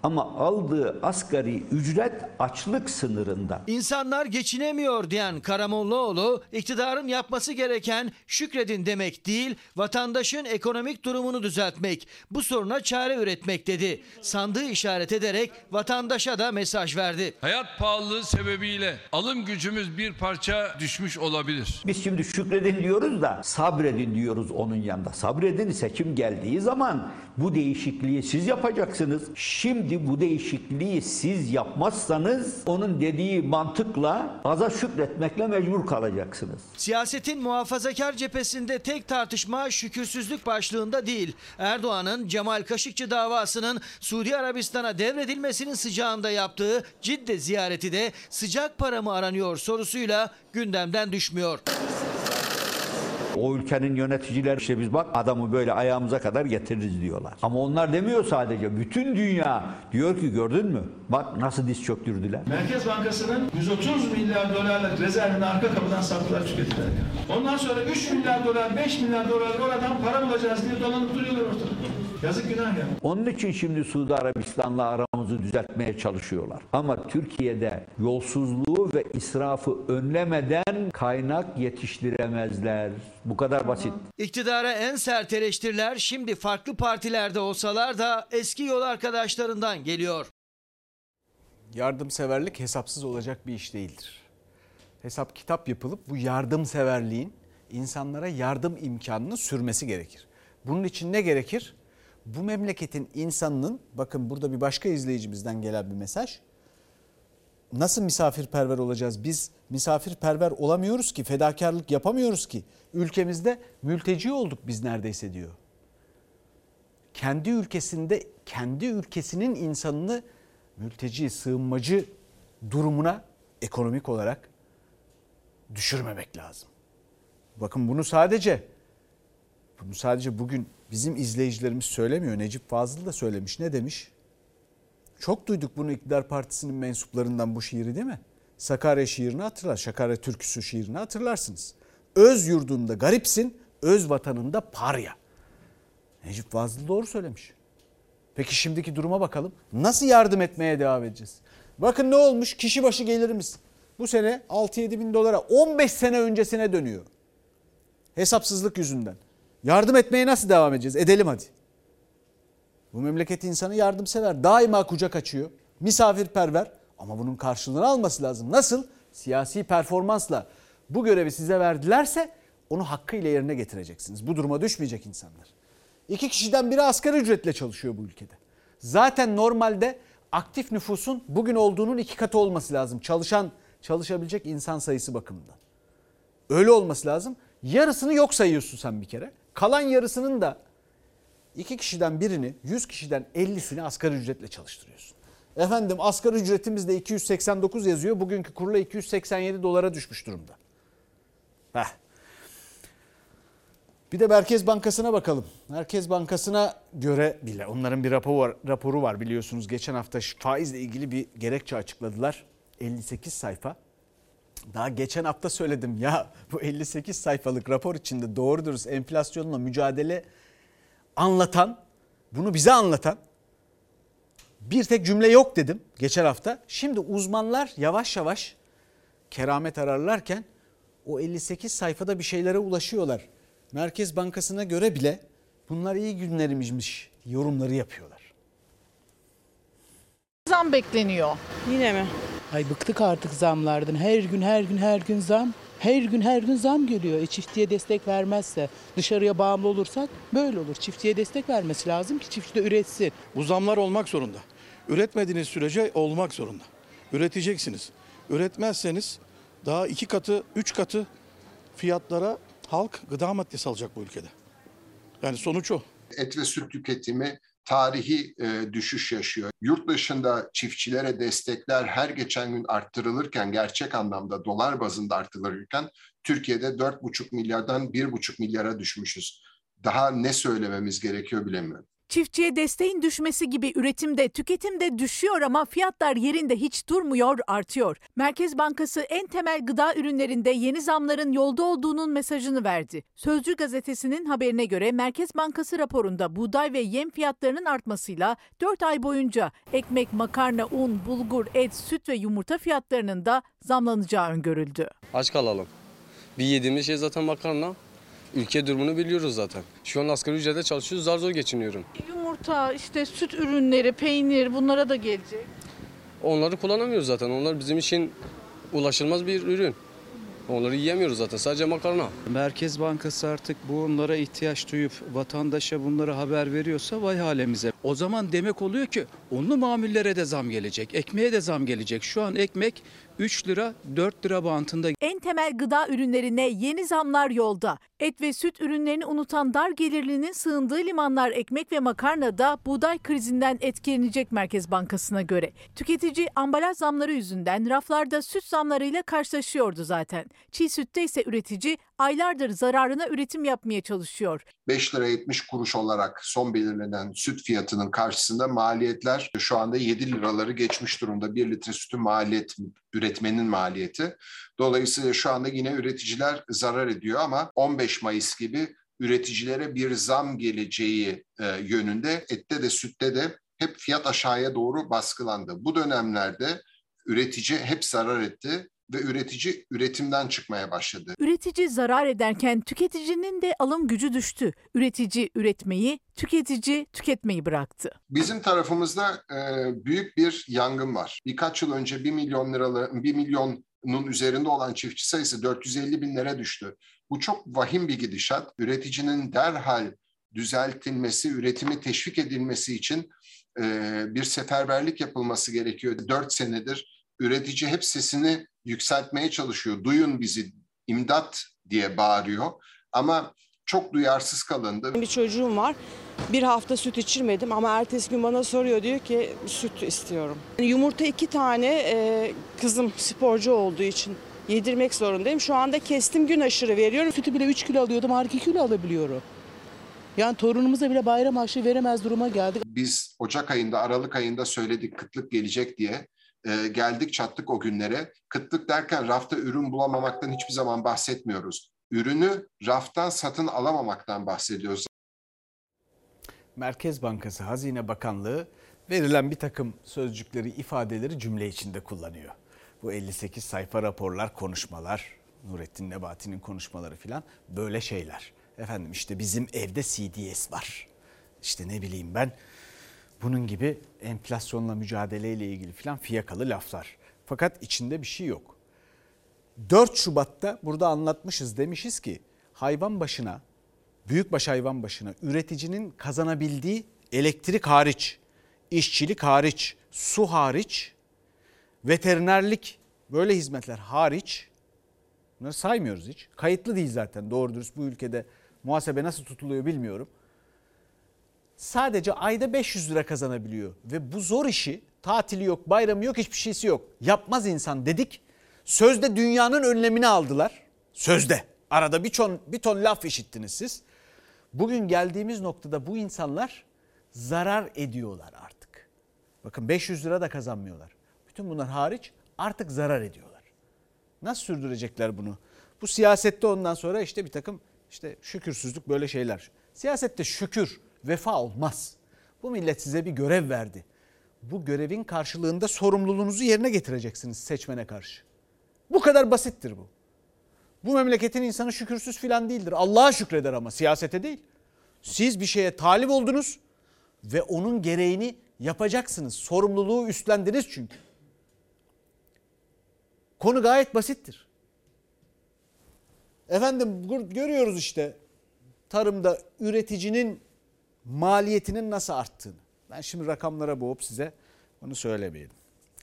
Ama aldığı asgari ücret açlık sınırında. İnsanlar geçinemiyor diyen Karamollaoğlu, iktidarın yapması gereken şükredin demek değil, vatandaşın ekonomik durumunu düzeltmek, bu soruna çare üretmek dedi. Sandığı işaret ederek vatandaşa da mesaj verdi. Hayat pahalılığı sebebiyle alım gücümüz bir parça düşmüş olabilir. Biz şimdi şükredin diyoruz da sabredin diyoruz onun yanında. Sabredin, seçim geldiği zaman bu değişikliği siz yapacaksınız. Şimdi bu değişikliği siz yapmazsanız onun dediği mantıkla aza şükretmekle mecbur kalacaksınız. Siyasetin muhafazakar cephesinde tek tartışma şükürsüzlük başlığında değil. Erdoğan'ın Cemal Kaşıkçı davasının Suudi Arabistan'a devredilmesinin sıcağında yaptığı Cidde ziyareti de sıcak para mı aranıyor sorusuyla gündemden düşmüyor. O ülkenin yöneticiler işte biz bak adamı böyle ayağımıza kadar getiririz diyorlar. Ama onlar demiyor sadece. Bütün dünya diyor ki gördün mü? Bak nasıl diz çöktürdüler. Merkez Bankası'nın 130 milyar dolarlık rezervini arka kapıdan sattılar, tükettiler. Ondan sonra 3 milyar dolar, 5 milyar dolar oradan para bulacağız diye dolanıp duruyorlar ortada. Yazık, günah ya. Onun için şimdi Suudi Arabistan'la aramızı düzeltmeye çalışıyorlar. Ama Türkiye'de yolsuzluğu ve israfı önlemeden kaynak yetiştiremezler. Bu kadar basit. İktidara en sert eleştiriler şimdi farklı partilerde olsalar da eski yol arkadaşlarından geliyor. Yardımseverlik hesapsız olacak bir iş değildir. Hesap kitap yapılıp bu yardımseverliğin insanlara yardım imkanını sürmesi gerekir. Bunun için ne gerekir? Bu memleketin insanının, bakın burada bir başka izleyicimizden gelen bir mesaj. Nasıl misafirperver olacağız? Biz misafirperver olamıyoruz ki, fedakarlık yapamıyoruz ki. Ülkemizde mülteci olduk biz neredeyse diyor. Kendi ülkesinde, kendi ülkesinin insanını mülteci, sığınmacı durumuna ekonomik olarak düşürmemek lazım. Bakın bunu sadece bugün bizim izleyicilerimiz söylemiyor. Necip Fazıl da söylemiş. Ne demiş? Çok duyduk bunu iktidar partisinin mensuplarından bu şiiri değil mi? Sakarya şiirini hatırlar. Sakarya türküsü şiirini hatırlarsınız. Öz yurdunda garipsin, öz vatanında parya. Necip Fazıl doğru söylemiş. Peki şimdiki duruma bakalım. Nasıl yardım etmeye devam edeceğiz? Bakın ne olmuş? Kişi başı gelirimiz bu sene 6-7 bin dolara 15 sene öncesine dönüyor. Hesapsızlık yüzünden. Yardım etmeye nasıl devam edeceğiz? Edelim hadi. Bu memleket insanı yardımsever. Daima kucak açıyor. Misafirperver. Ama bunun karşılığını alması lazım. Nasıl? Siyasi performansla. Bu görevi size verdilerse onu hakkıyla yerine getireceksiniz. Bu duruma düşmeyecek insanlar. 2 kişiden biri asgari ücretle çalışıyor bu ülkede. Zaten normalde aktif nüfusun bugün olduğunun 2 katı olması lazım. Çalışabilecek insan sayısı bakımından. Öyle olması lazım. Yarısını yok sayıyorsun sen bir kere. Kalan yarısının da 2 kişiden birini, 100 kişiden 50'sini asgari ücretle çalıştırıyorsun. Efendim asgari ücretimiz de 289 yazıyor. Bugünkü kurla 287 dolara düşmüş durumda. Bir de Merkez Bankası'na bakalım. Merkez Bankası'na göre bile onların bir raporu var biliyorsunuz. Geçen hafta faizle ilgili bir gerekçe açıkladılar. 58 sayfa. Daha geçen hafta söyledim ya bu 58 sayfalık rapor içinde doğru dürüst enflasyonla mücadele anlatan, bunu bize anlatan bir tek cümle yok dedim geçen hafta. Şimdi uzmanlar yavaş yavaş keramet ararlarken o 58 sayfada bir şeylere ulaşıyorlar. Merkez Bankası'na göre bile bunlar iyi günlerimizmiş yorumları yapıyorlar. Zam bekleniyor. Yine mi? Ay bıktık artık zamlardan. Her gün zam. Her gün zam geliyor. Çiftçiye destek vermezse, dışarıya bağımlı olursak böyle olur. Çiftçiye destek vermesi lazım ki çiftçi de üretsin. Bu zamlar olmak zorunda. Üretmediğiniz sürece olmak zorunda. Üreteceksiniz. Üretmezseniz daha 2 katı, 3 katı fiyatlara halk gıda maddesi alacak bu ülkede. Yani sonuç o. Et ve süt tüketimi tarihi düşüş yaşıyor. Yurt dışında çiftçilere destekler her geçen gün arttırılırken, gerçek anlamda dolar bazında arttırılırken Türkiye'de 4,5 milyardan 1,5 milyara düşmüşüz. Daha ne söylememiz gerekiyor bilemiyorum. Çiftçiye desteğin düşmesi gibi üretimde, tüketimde düşüyor ama fiyatlar yerinde hiç durmuyor, artıyor. Merkez Bankası en temel gıda ürünlerinde yeni zamların yolda olduğunun mesajını verdi. Sözcü gazetesinin haberine göre Merkez Bankası raporunda buğday ve yem fiyatlarının artmasıyla 4 ay boyunca ekmek, makarna, un, bulgur, et, süt ve yumurta fiyatlarının da zamlanacağı öngörüldü. Aç kalalım. Bir yediğimiz şey zaten makarna. Ülke durumunu biliyoruz zaten. Şu an asgari ücretle çalışıyoruz, zar zor geçiniyorum. Yumurta, işte süt ürünleri, peynir bunlara da gelecek. Onları kullanamıyoruz zaten. Onlar bizim için ulaşılmaz bir ürün. Onları yiyemiyoruz zaten. Sadece makarna. Merkez Bankası artık bunlara ihtiyaç duyup vatandaşa bunları haber veriyorsa vay halimize. O zaman demek oluyor ki unlu mamullere de zam gelecek, ekmeğe de zam gelecek. Şu an ekmek 3 lira 4 lira bantında. En temel gıda ürünlerine yeni zamlar yolda. Et ve süt ürünlerini unutan dar gelirlinin sığındığı limanlar ekmek ve makarna da buğday krizinden etkilenecek Merkez Bankası'na göre. Tüketici ambalaj zamları yüzünden raflarda süt zamlarıyla karşılaşıyordu zaten. Çiğ sütte ise üretici aylardır zararına üretim yapmaya çalışıyor. 5 lira 70 kuruş olarak son belirlenen süt fiyatının karşısında maliyetler şu anda 7 liraları geçmiş durumda. 1 litre sütün üretmenin maliyeti. Dolayısıyla şu anda yine üreticiler zarar ediyor ama 15 Mayıs gibi üreticilere bir zam geleceği yönünde ette de sütte de hep fiyat aşağıya doğru baskılandı. Bu dönemlerde üretici hep zarar etti ve üretici üretimden çıkmaya başladı. Üretici zarar ederken tüketicinin de alım gücü düştü. Üretici üretmeyi, tüketici tüketmeyi bıraktı. Bizim tarafımızda büyük bir yangın var. Birkaç yıl önce 1 milyonun üzerinde olan çiftçi sayısı 450 binlere düştü. Bu çok vahim bir gidişat. Üreticinin derhal düzeltilmesi, üretimi teşvik edilmesi için bir seferberlik yapılması gerekiyor. 4 senedir üretici hep sesini yükseltmeye çalışıyor. Duyun bizi, imdat diye bağırıyor. Ama çok duyarsız kalındı. Bir çocuğum var. Bir hafta süt içirmedim ama ertesi gün bana soruyor, diyor ki süt istiyorum. Yumurta 2 tane kızım sporcu olduğu için yedirmek zorundayım. Şu anda kestim, gün aşırı veriyorum. Sütü bile 3 kilo alıyordum, artık 2 kilo alabiliyorum. Yani torunumuza bile bayram harçlığı veremez duruma geldik. Biz Ocak ayında, Aralık ayında söyledik kıtlık gelecek diye. Geldik çattık o günlere. Kıtlık derken rafta ürün bulamamaktan hiçbir zaman bahsetmiyoruz. Ürünü raftan satın alamamaktan bahsediyoruz. Merkez Bankası, Hazine Bakanlığı verilen bir takım sözcükleri, ifadeleri cümle içinde kullanıyor. Bu 58 sayfa raporlar, konuşmalar, Nurettin Nebati'nin konuşmaları filan böyle şeyler. Efendim işte bizim evde CDS var. İşte ne bileyim ben, bunun gibi enflasyonla mücadeleyle ilgili filan fiyakalı laflar. Fakat içinde bir şey yok. 4 Şubat'ta burada anlatmışız, demişiz ki hayvan başına, büyükbaş hayvan başına üreticinin kazanabildiği elektrik hariç, işçilik hariç, su hariç, veterinerlik böyle hizmetler hariç, bunları saymıyoruz hiç. Kayıtlı değil zaten doğru dürüst, bu ülkede muhasebe nasıl tutuluyor bilmiyorum. Sadece ayda 500 lira kazanabiliyor ve bu zor işi, tatili yok, bayramı yok, hiçbir şeysi yok. Yapmaz insan dedik. Sözde dünyanın önlemini aldılar. Sözde. Arada bir ton laf işittiniz siz. Bugün geldiğimiz noktada bu insanlar zarar ediyorlar artık. Bakın 500 lira da kazanmıyorlar. Bütün bunlar hariç artık zarar ediyorlar. Nasıl sürdürecekler bunu? Bu siyasette ondan sonra işte bir takım işte şükürsüzlük böyle şeyler. Siyasette şükür, vefa olmaz. Bu millet size bir görev verdi. Bu görevin karşılığında sorumluluğunuzu yerine getireceksiniz seçmene karşı. Bu kadar basittir bu. Bu memleketin insanı şükürsüz filan değildir. Allah'a şükreder ama siyasete değil. Siz bir şeye talip oldunuz ve onun gereğini yapacaksınız. Sorumluluğu üstlendiniz çünkü. Konu gayet basittir. Efendim görüyoruz işte tarımda üreticinin maliyetinin nasıl arttığını. Ben şimdi rakamlara boğup size onu söylemeyelim.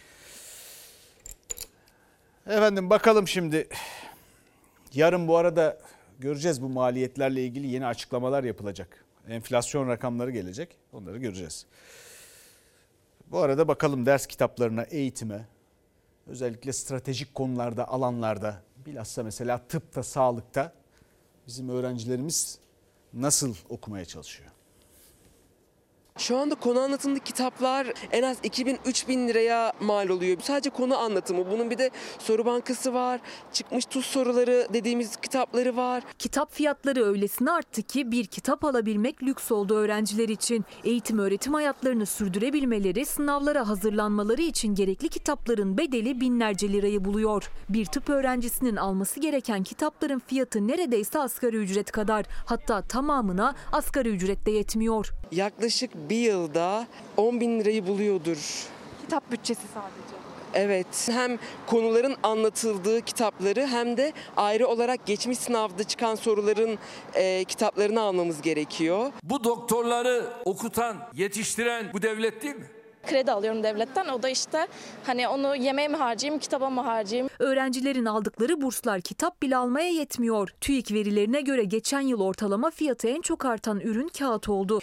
Efendim bakalım şimdi. Yarın bu arada göreceğiz, bu maliyetlerle ilgili yeni açıklamalar yapılacak. Enflasyon rakamları gelecek. Onları göreceğiz. Bu arada bakalım ders kitaplarına, eğitime, özellikle stratejik konularda, alanlarda, bilhassa mesela tıpta, sağlıkta bizim öğrencilerimiz nasıl okumaya çalışıyor? Şu anda konu anlatımlı kitaplar en az 2000-3000 liraya mal oluyor. Sadece konu anlatımı. Bunun bir de soru bankası var. Çıkmış tuz soruları dediğimiz kitapları var. Kitap fiyatları öylesine arttı ki bir kitap alabilmek lüks oldu öğrenciler için. Eğitim öğretim hayatlarını sürdürebilmeleri, sınavlara hazırlanmaları için gerekli kitapların bedeli binlerce lirayı buluyor. Bir tıp öğrencisinin alması gereken kitapların fiyatı neredeyse asgari ücret kadar. Hatta tamamına asgari ücret de yetmiyor. Yaklaşık bir yılda 10.000 lirayı buluyordur. Kitap bütçesi sadece. Evet, hem konuların anlatıldığı kitapları hem de ayrı olarak geçmiş sınavda çıkan soruların kitaplarını almamız gerekiyor. Bu doktorları okutan, yetiştiren bu devlet değil mi? Kredi alıyorum devletten. O da işte hani onu yemeğe mi harcayayım, kitaba mı harcayayım? Öğrencilerin aldıkları burslar kitap bile almaya yetmiyor. TÜİK verilerine göre geçen yıl ortalama fiyatı en çok artan ürün kağıt oldu.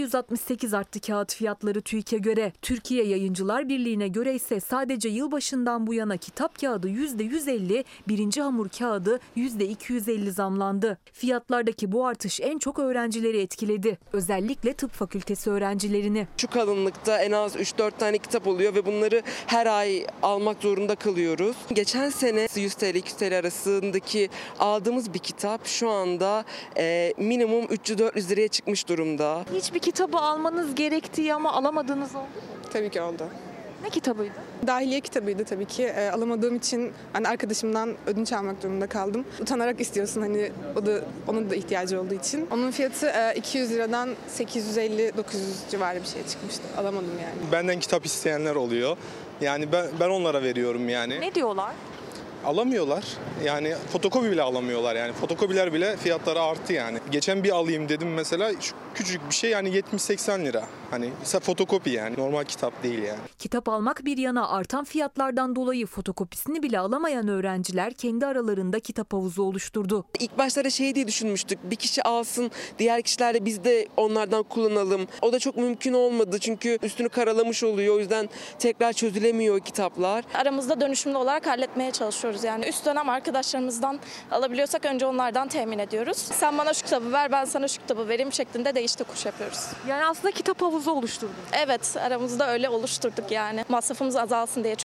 %168 arttı kağıt fiyatları TÜİK'e göre. Türkiye Yayıncılar Birliği'ne göre ise sadece yılbaşından bu yana kitap kağıdı %150, birinci hamur kağıdı %250 zamlandı. Fiyatlardaki bu artış en çok öğrencileri etkiledi. Özellikle tıp fakültesi öğrencilerini. Şu kalınlıkta en az 3-4 tane kitap oluyor ve bunları her ay almak zorunda kalıyoruz. Geçen sene 100 TL 200 TL arasındaki aldığımız bir kitap şu anda minimum 300-400 liraya çıkmış durumda. Hiçbir kitabı almanız gerektiği ama alamadığınız oldu mu? Tabii ki oldu. Ne kitabıydı? Dahiliye kitabıydı tabii ki. Alamadığım için hani arkadaşımdan ödünç almak durumunda kaldım. Utanarak istiyorsun hani onun da ihtiyacı olduğu için. Onun fiyatı 200 liradan 850-900 civarı bir şey çıkmıştı. Alamadım yani. Benden kitap isteyenler oluyor. Yani ben onlara veriyorum yani. Ne diyorlar? Alamıyorlar. Yani fotokopi bile alamıyorlar yani. Fotokopiler bile fiyatları arttı yani. Geçen bir alayım dedim mesela şu küçük bir şey yani 70-80 lira. Hani fotokopi yani normal kitap değil yani. Kitap almak bir yana artan fiyatlardan dolayı fotokopisini bile alamayan öğrenciler kendi aralarında kitap havuzu oluşturdu. İlk başlarda diye düşünmüştük. Bir kişi alsın, diğer kişiler de biz de onlardan kullanalım. O da çok mümkün olmadı çünkü üstünü karalamış oluyor. O yüzden tekrar çözülemiyor kitaplar. Aramızda dönüşümlü olarak halletmeye çalışıyoruz. Yani üst dönem arkadaşlarımızdan alabiliyorsak önce onlardan temin ediyoruz. Sen bana şu kitabı ver, ben sana şu kitabı vereyim şeklinde değiş tokuş yapıyoruz. Yani aslında kitap havuzu oluşturduk. Evet, aramızda öyle oluşturduk yani. Masrafımız azalsın diye.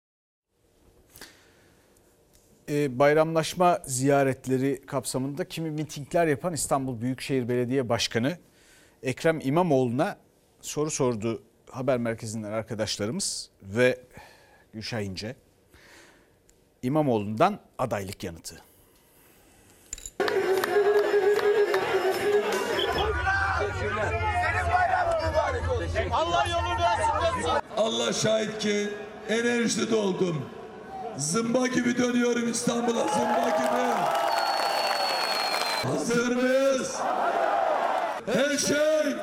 Bayramlaşma ziyaretleri kapsamında kimi mitingler yapan İstanbul Büyükşehir Belediye Başkanı Ekrem İmamoğlu'na soru sordu haber merkezinden arkadaşlarımız ve Gülşah İnce. İmamoğlu'ndan adaylık yanıtı. Allah şahit ki enerjide doldum. Zımba gibi dönüyorum İstanbul'a, zımba gibi. Hazır mıyız? Her şey.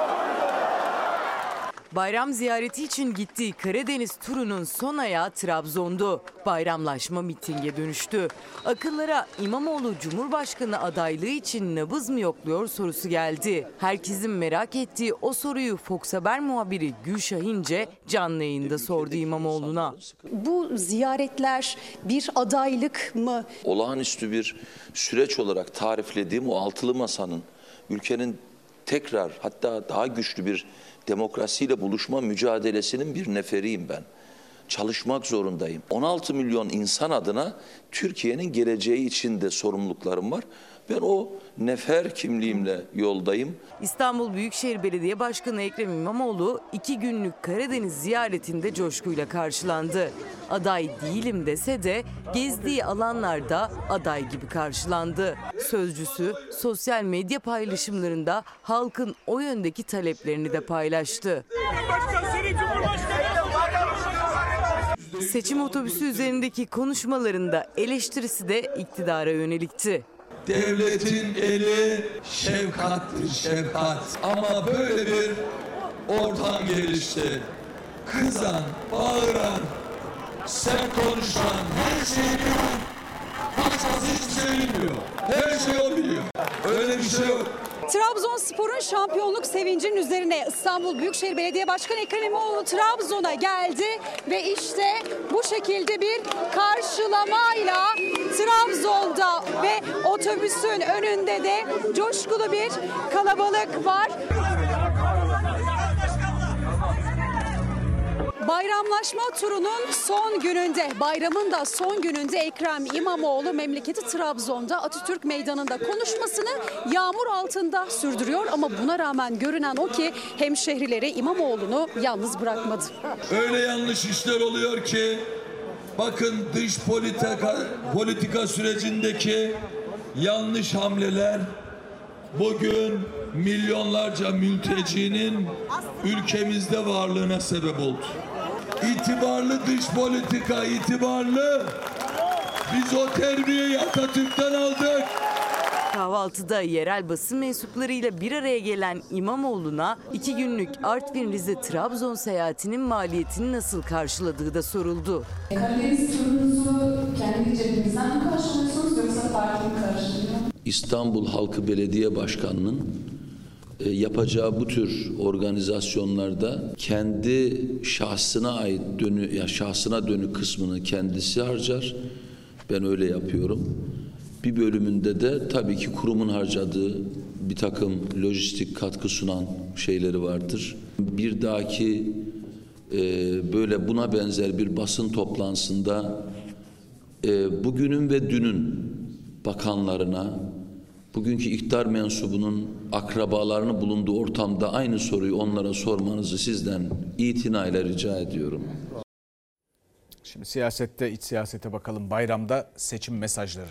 Bayram ziyareti için gittiği Karadeniz turunun son ayağı Trabzon'du. Bayramlaşma mitinge dönüştü. Akıllara İmamoğlu Cumhurbaşkanı adaylığı için nabız mı yokluyor sorusu geldi. Herkesin merak ettiği o soruyu Fox Haber muhabiri Gülşah İnce canlı yayında sordu İmamoğlu'na. Bu ziyaretler bir adaylık mı? Olağanüstü bir süreç olarak tariflediğim o altılı masanın ülkenin tekrar hatta daha güçlü bir demokrasiyle buluşma mücadelesinin bir neferiyim ben. Çalışmak zorundayım. 16 milyon insan adına Türkiye'nin geleceği için de sorumluluklarım var. Ben o nefer kimliğimle yoldayım. İstanbul Büyükşehir Belediye Başkanı Ekrem İmamoğlu 2 günlük Karadeniz ziyaretinde coşkuyla karşılandı. Aday değilim dese de gezdiği alanlarda aday gibi karşılandı. Sözcüsü sosyal medya paylaşımlarında halkın o yöndeki taleplerini de paylaştı. Seçim otobüsü üzerindeki konuşmalarında eleştirisi de iktidara yönelikti. Devletin eli şefkattir, şefkat. Ama böyle bir ortam gelişti. Kızan, bağıran, sert konuşan, her şeyi biliyor. Başkası hiçbir şey bilmiyor. Her şeyi o biliyor. Öyle bir şey yok. Trabzonspor'un şampiyonluk sevincinin üzerine İstanbul Büyükşehir Belediye Başkanı Ekrem İmamoğlu Trabzon'a geldi ve işte bu şekilde bir karşılamayla Trabzon'da ve otobüsün önünde de coşkulu bir kalabalık var. Bayramlaşma turunun son gününde, bayramın da son gününde Ekrem İmamoğlu memleketi Trabzon'da Atatürk Meydanı'nda konuşmasını yağmur altında sürdürüyor. Ama buna rağmen görünen o ki hemşehrileri İmamoğlu'nu yalnız bırakmadı. Öyle yanlış işler oluyor ki bakın dış politika sürecindeki yanlış hamleler bugün milyonlarca mültecinin ülkemizde varlığına sebep oldu. İtibarlı dış politika, itibarlı. Biz o terbiyeyi Atatürk'ten aldık. Kahvaltıda yerel basın mensuplarıyla bir araya gelen İmamoğlu'na 2 günlük Artvin, Rize, Trabzon seyahatinin maliyetini nasıl karşıladığı da soruldu. Karadeniz turunuzu kendi cebinizden mi karşılıyorsunuz yoksa parti mi karşılıyor? İstanbul Halkı Belediye Başkanı'nın yapacağı bu tür organizasyonlarda kendi şahsına dönük kısmını kendisi harcar. Ben öyle yapıyorum. Bir bölümünde de tabii ki kurumun harcadığı bir takım lojistik katkı sunan şeyleri vardır. Bir dahaki böyle buna benzer bir basın toplantısında bugünün ve dünün bakanlarına, bugünkü iktidar mensubunun akrabalarını bulunduğu ortamda aynı soruyu onlara sormanızı sizden itinayla rica ediyorum. Şimdi siyasette, iç siyasete bakalım. Bayramda seçim mesajları.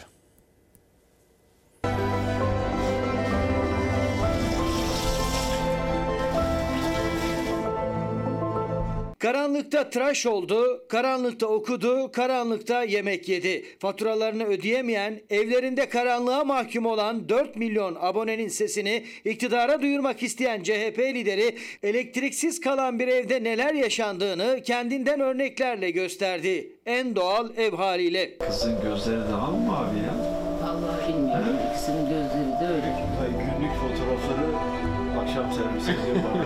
Karanlıkta tıraş oldu, karanlıkta okudu, karanlıkta yemek yedi. Faturalarını ödeyemeyen, evlerinde karanlığa mahkum olan 4 milyon abonenin sesini iktidara duyurmak isteyen CHP lideri elektriksiz kalan bir evde neler yaşandığını kendinden örneklerle gösterdi. En doğal ev haliyle. Kızın gözleri daha mı mavi ya? Vallahi bilmiyorum. İkisinin gözleri de öyle. Günlük fotoğrafları akşam servisi yapar.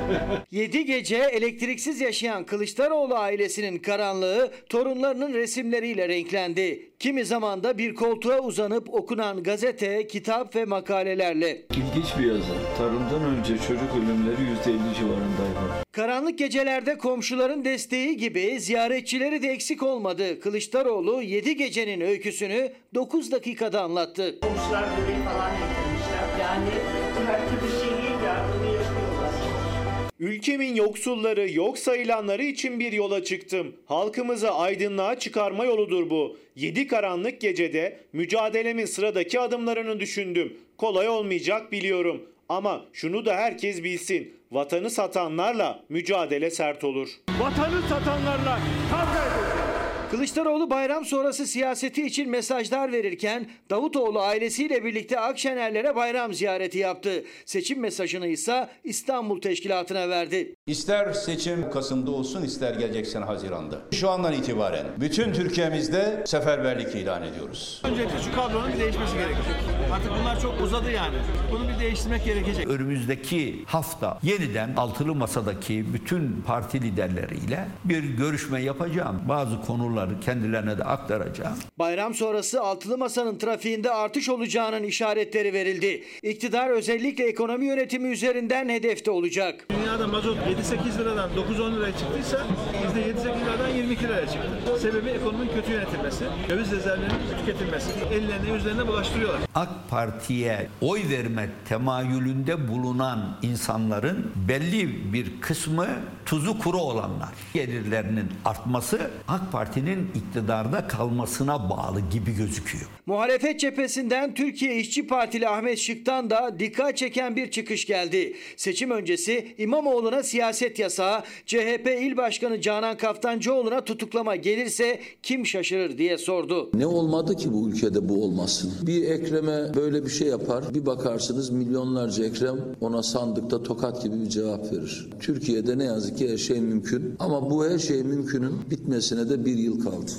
7 gece elektriksiz yaşayan Kılıçdaroğlu ailesinin karanlığı torunlarının resimleriyle renklendi. Kimi zaman da bir koltuğa uzanıp okunan gazete, kitap ve makalelerle. İlginç bir yazı. Tarımdan önce çocuk ölümleri %50 civarındaydı. Karanlık gecelerde komşuların desteği gibi ziyaretçileri de eksik olmadı. Kılıçdaroğlu 7 gecenin öyküsünü 9 dakikada anlattı. Komşular böreği falan getirmişler. Yani her türlü şeyi yardımı yapıyorlar. Ülkemin yoksulları, yok sayılanları için bir yola çıktım. Halkımızı aydınlığa çıkarma yoludur bu. 7 karanlık gecede mücadelemin sıradaki adımlarını düşündüm. Kolay olmayacak biliyorum. Ama şunu da herkes bilsin. Vatanı satanlarla mücadele sert olur. Vatanı satanlarla kavga edin. Kılıçdaroğlu bayram sonrası siyaseti için mesajlar verirken Davutoğlu ailesiyle birlikte Akşenerlere bayram ziyareti yaptı. Seçim mesajını ise İstanbul Teşkilatı'na verdi. İster seçim Kasım'da olsun, ister gelecek sene Haziran'da. Şu andan itibaren bütün Türkiye'mizde seferberlik ilan ediyoruz. Öncelikle şu kadronun bir değişmesi gerekecek. Artık bunlar çok uzadı yani. Bunu bir değiştirmek gerekecek. Önümüzdeki hafta yeniden altılı masadaki bütün parti liderleriyle bir görüşme yapacağım. Bazı konuları kendilerine de aktaracağım. Bayram sonrası altılı masanın trafiğinde artış olacağının işaretleri verildi. İktidar özellikle ekonomi yönetimi üzerinden hedefte olacak. Dünyada mazot 7-8 liradan 9-10 liraya çıktıysa bizde 7-8 liradan 22 liraya çıktı. Sebebi ekonominin kötü yönetilmesi, döviz rezervlerinin tüketilmesi. Ellerine yüzlerine bulaştırıyorlar. AK Parti'ye oy verme temayülünde bulunan insanların belli bir kısmı tuzu kuru olanlar. Gelirlerinin artması AK Parti'nin iktidarda kalmasına bağlı gibi gözüküyor. Muhalefet cephesinden Türkiye İşçi Partili Ahmet Şık'tan da dikkat çeken bir çıkış geldi. Seçim öncesi İmamoğlu'na siyaset yasağı, CHP İl Başkanı Canan Kaftancıoğlu'na tutuklama gelirse kim şaşırır diye sordu. Ne olmadı ki bu ülkede bu olmasın? Bir Ekrem'e böyle bir şey yapar, bir bakarsınız milyonlarca Ekrem ona sandıkta tokat gibi bir cevap verir. Türkiye'de ne yazık ki her şey mümkün ama bu her şey mümkünün bitmesine de bir yıl kaldı.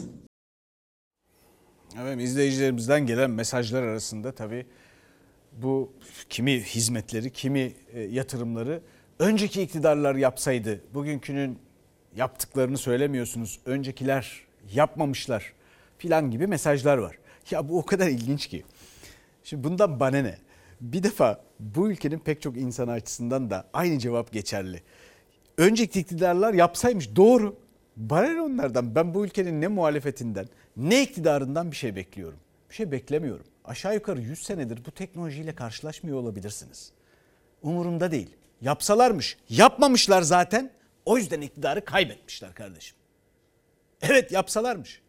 Evet, izleyicilerimizden gelen mesajlar arasında tabii bu kimi hizmetleri, kimi yatırımları önceki iktidarlar yapsaydı, bugünkünün yaptıklarını söylemiyorsunuz, öncekiler yapmamışlar filan gibi mesajlar var. Ya bu o kadar ilginç ki. Şimdi bundan bana ne? Bir defa bu ülkenin pek çok insanı açısından da aynı cevap geçerli. önceki iktidarlar yapsaymış. Doğru. Bana ne onlardan? Ben bu ülkenin ne muhalefetinden ne iktidarından bir şey bekliyorum. Bir şey beklemiyorum. Aşağı yukarı 100 senedir bu teknolojiyle karşılaşmıyor olabilirsiniz. Umurumda değil. Yapsalarmış. Yapmamışlar zaten. O yüzden iktidarı kaybetmişler kardeşim. Evet, yapsalarmış.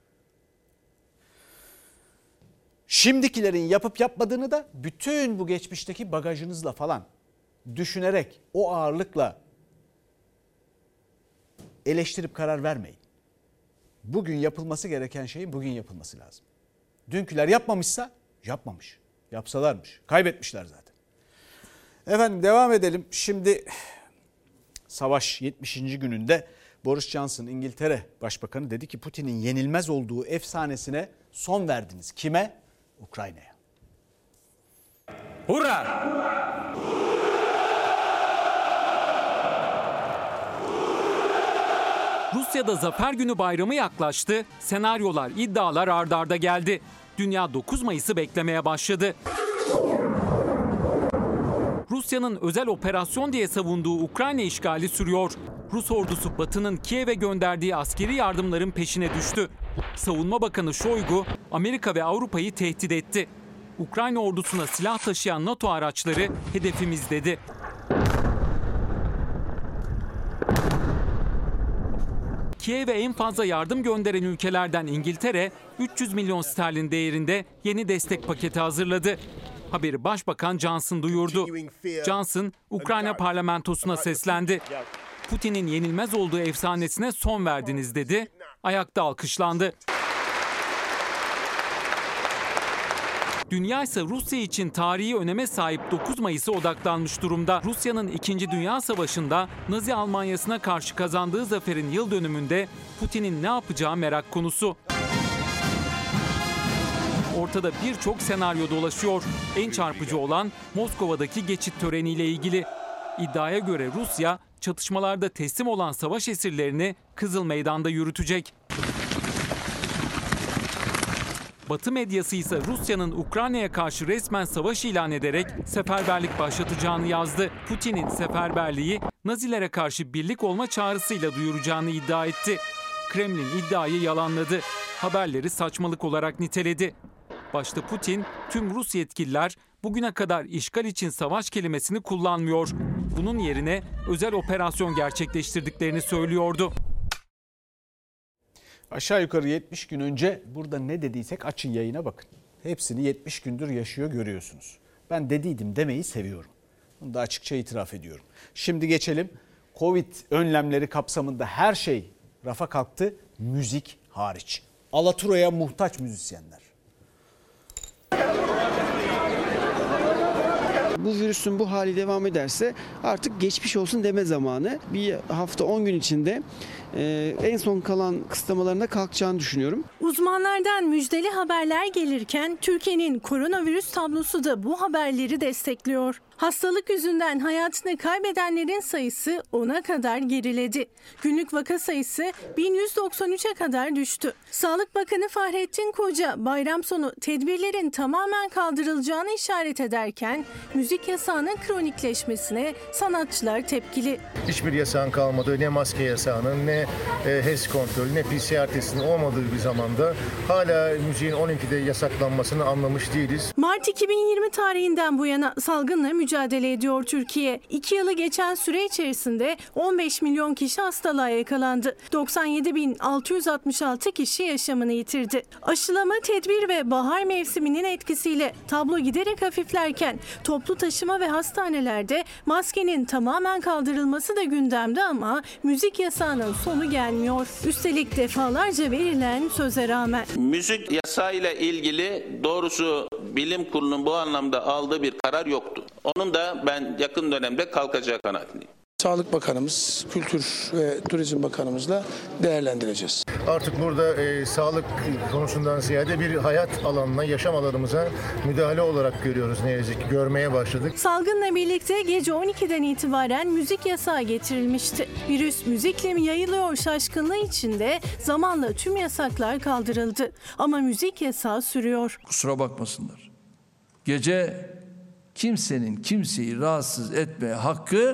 Şimdikilerin yapıp yapmadığını da bütün bu geçmişteki bagajınızla falan düşünerek, o ağırlıkla eleştirip karar vermeyin. Bugün yapılması gereken şeyin bugün yapılması lazım. Dünküler yapmamışsa yapmamış. Yapsalarmış. Kaybetmişler zaten. Efendim devam edelim. Şimdi savaş 70. gününde Boris Johnson, İngiltere Başbakanı dedi ki Putin'in yenilmez olduğu efsanesine son verdiniz. Kime? Ukrayna'ya. Hurra! Rusya'da Zafer Günü bayramı yaklaştı. Senaryolar, iddialar ard arda geldi. Dünya 9 Mayıs'ı beklemeye başladı. Rusya'nın özel operasyon diye savunduğu Ukrayna işgali sürüyor. Rus ordusu Batı'nın Kiev'e gönderdiği askeri yardımların peşine düştü. Savunma Bakanı Şoygu, Amerika ve Avrupa'yı tehdit etti. Ukrayna ordusuna silah taşıyan NATO araçları hedefimiz dedi. Kiev'e en fazla yardım gönderen ülkelerden İngiltere, 300 milyon sterlin değerinde yeni destek paketi hazırladı. Haberi Başbakan Johnson duyurdu. Johnson, Ukrayna parlamentosuna seslendi. Putin'in yenilmez olduğu efsanesine son verdiniz dedi. Ayakta alkışlandı. Dünya ise Rusya için tarihi öneme sahip 9 Mayıs'a odaklanmış durumda. Rusya'nın 2. Dünya Savaşı'nda Nazi Almanyası'na karşı kazandığı zaferin yıl dönümünde Putin'in ne yapacağı merak konusu. Ortada birçok senaryo dolaşıyor. En çarpıcı olan Moskova'daki geçit töreniyle ilgili. İddiaya göre Rusya çatışmalarda teslim olan savaş esirlerini Kızıl Meydan'da yürütecek. Batı medyası ise Rusya'nın Ukrayna'ya karşı resmen savaş ilan ederek seferberlik başlatacağını yazdı. Putin'in seferberliği Nazilere karşı birlik olma çağrısıyla duyuracağını iddia etti. Kremlin iddiayı yalanladı. Haberleri saçmalık olarak niteledi. Başta Putin, tüm Rus yetkililer bugüne kadar işgal için savaş kelimesini kullanmıyor. Bunun yerine özel operasyon gerçekleştirdiklerini söylüyordu. Aşağı yukarı 70 gün önce burada ne dediysek açın yayına bakın. Hepsini 70 gündür yaşıyor görüyorsunuz. Ben dediydim demeyi seviyorum. Bunu da açıkça itiraf ediyorum. Şimdi geçelim. Covid önlemleri kapsamında her şey rafa kalktı. Müzik hariç. Alatura'ya muhtaç müzisyenler. Bu virüsün bu hali devam ederse artık geçmiş olsun deme zamanı. Bir hafta 10 gün içinde en son kalan kısıtlamalarına kalkacağını düşünüyorum. Uzmanlardan müjdeli haberler gelirken Türkiye'nin koronavirüs tablosu da bu haberleri destekliyor. Hastalık yüzünden hayatını kaybedenlerin sayısı 10'a kadar geriledi. Günlük vaka sayısı 1193'e kadar düştü. Sağlık Bakanı Fahrettin Koca bayram sonu tedbirlerin tamamen kaldırılacağını işaret ederken müzik yasağının kronikleşmesine sanatçılar tepkili. Hiçbir yasağın kalmadığı, ne maske yasağının, ne HES kontrolü, ne PCR testinin olmadığı bir zamanda hala müziğin 12'de yasaklanmasını anlamış değiliz. Mart 2020 tarihinden bu yana salgınla mücadele ediyor Türkiye. 2 yılı geçen süre içerisinde 15 milyon kişi hastalığa yakalandı. 97.666 kişi yaşamını yitirdi. Aşılama, tedbir ve bahar mevsiminin etkisiyle tablo giderek hafiflerken toplu taşıma ve hastanelerde maskenin tamamen kaldırılması da gündemde ama müzik yasağının sonu gelmiyor. Üstelik defalarca verilen söze rağmen. Müzik yasağıyla ilgili doğrusu bilim kurulunun bu anlamda aldığı bir karar yoktu. Onun da ben yakın dönemde kalkacağı kanaatindeyim. Sağlık Bakanımız, Kültür ve Turizm Bakanımızla değerlendireceğiz. Artık burada sağlık konusundan ziyade bir hayat alanına, yaşam alanımıza müdahale olarak görüyoruz ne yazık ki. Görmeye başladık. Salgınla birlikte gece 12'den itibaren müzik yasağı getirilmişti. Virüs müzikle mi yayılıyor şaşkınlığı içinde zamanla tüm yasaklar kaldırıldı. Ama müzik yasağı sürüyor. Kusura bakmasınlar. Gece kimsenin kimseyi rahatsız etmeye hakkı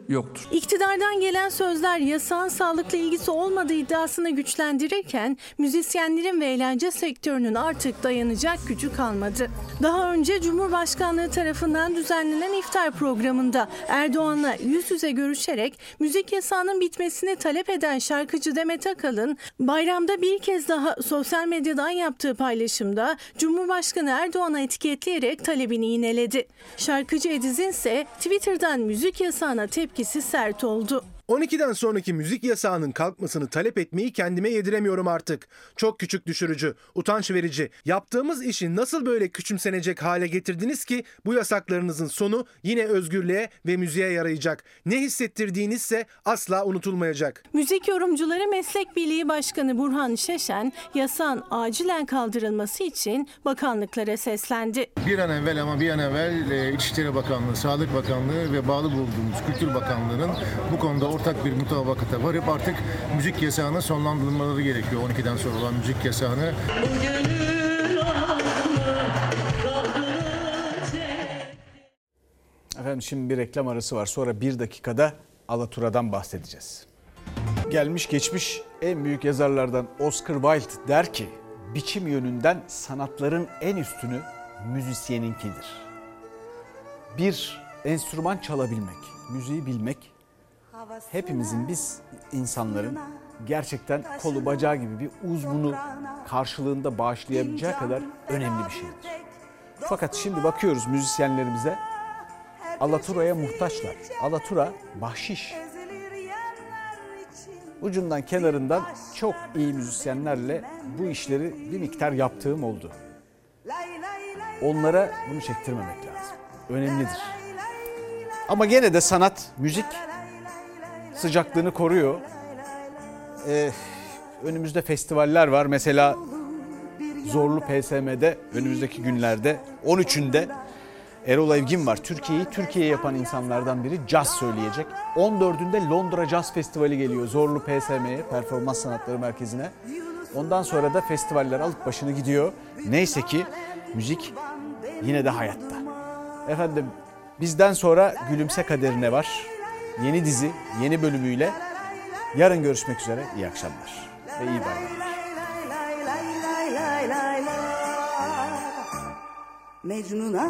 yoktur. İktidardan gelen sözler yasağın sağlıkla ilgisi olmadığı iddiasını güçlendirirken müzisyenlerin ve eğlence sektörünün artık dayanacak gücü kalmadı. Daha önce Cumhurbaşkanlığı tarafından düzenlenen iftar programında Erdoğan'la yüz yüze görüşerek müzik yasağının bitmesini talep eden şarkıcı Demet Akalın bayramda bir kez daha sosyal medyadan yaptığı paylaşımda Cumhurbaşkanı Erdoğan'a etiketleyerek talebini yineledi. Şarkıcı Ediz'in ise Twitter'dan müzik yasağına tepkisi sert oldu. 12'den sonraki müzik yasağının kalkmasını talep etmeyi kendime yediremiyorum artık. Çok küçük düşürücü, utanç verici. Yaptığımız işi nasıl böyle küçümsenecek hale getirdiniz ki bu yasaklarınızın sonu yine özgürlüğe ve müziğe yarayacak. Ne hissettirdiğinizse asla unutulmayacak. Müzik Yorumcuları Meslek Birliği Başkanı Burhan Şeşen yasağın acilen kaldırılması için bakanlıklara seslendi. Bir an evvel İçişleri Bakanlığı, Sağlık Bakanlığı ve bağlı bulunduğumuz Kültür Bakanlığı'nın bu konuda ortak bir mutabakata varıp artık müzik yasağının sonlandırılmaları gerekiyor. 12'den sonra olan müzik yasağını. Efendim şimdi bir reklam arası var. Sonra 1 dakikada Alatura'dan bahsedeceğiz. Gelmiş geçmiş en büyük yazarlardan Oscar Wilde der ki biçim yönünden sanatların en üstünü müzisyeninkidir. Bir enstrüman çalabilmek, müziği bilmek hepimizin biz insanların gerçekten kolu bacağı gibi bir uzvunu karşılığında bağışlayabileceği kadar önemli bir şeydir. Fakat şimdi bakıyoruz müzisyenlerimize Alatura'ya muhtaçlar. Alatura bahşiş. Ucundan kenarından çok iyi müzisyenlerle bu işleri bir miktar yaptığım oldu. Onlara bunu çektirmemek lazım. Önemlidir. Ama gene de sanat, müzik sıcaklığını koruyor. Önümüzde festivaller var. Mesela Zorlu PSM'de önümüzdeki günlerde 13'ünde Erol Evgin var. Türkiye'yi Türkiye yapan insanlardan biri caz söyleyecek. 14'ünde Londra Caz Festivali geliyor Zorlu PSM'ye, Performans Sanatları Merkezi'ne. Ondan sonra da festivaller alıp başını gidiyor. Neyse ki müzik yine de hayatta. Efendim bizden sonra Gülümse Kaderine var. Yeni dizi, yeni bölümüyle yarın görüşmek üzere. İyi akşamlar ve iyi bayramlar.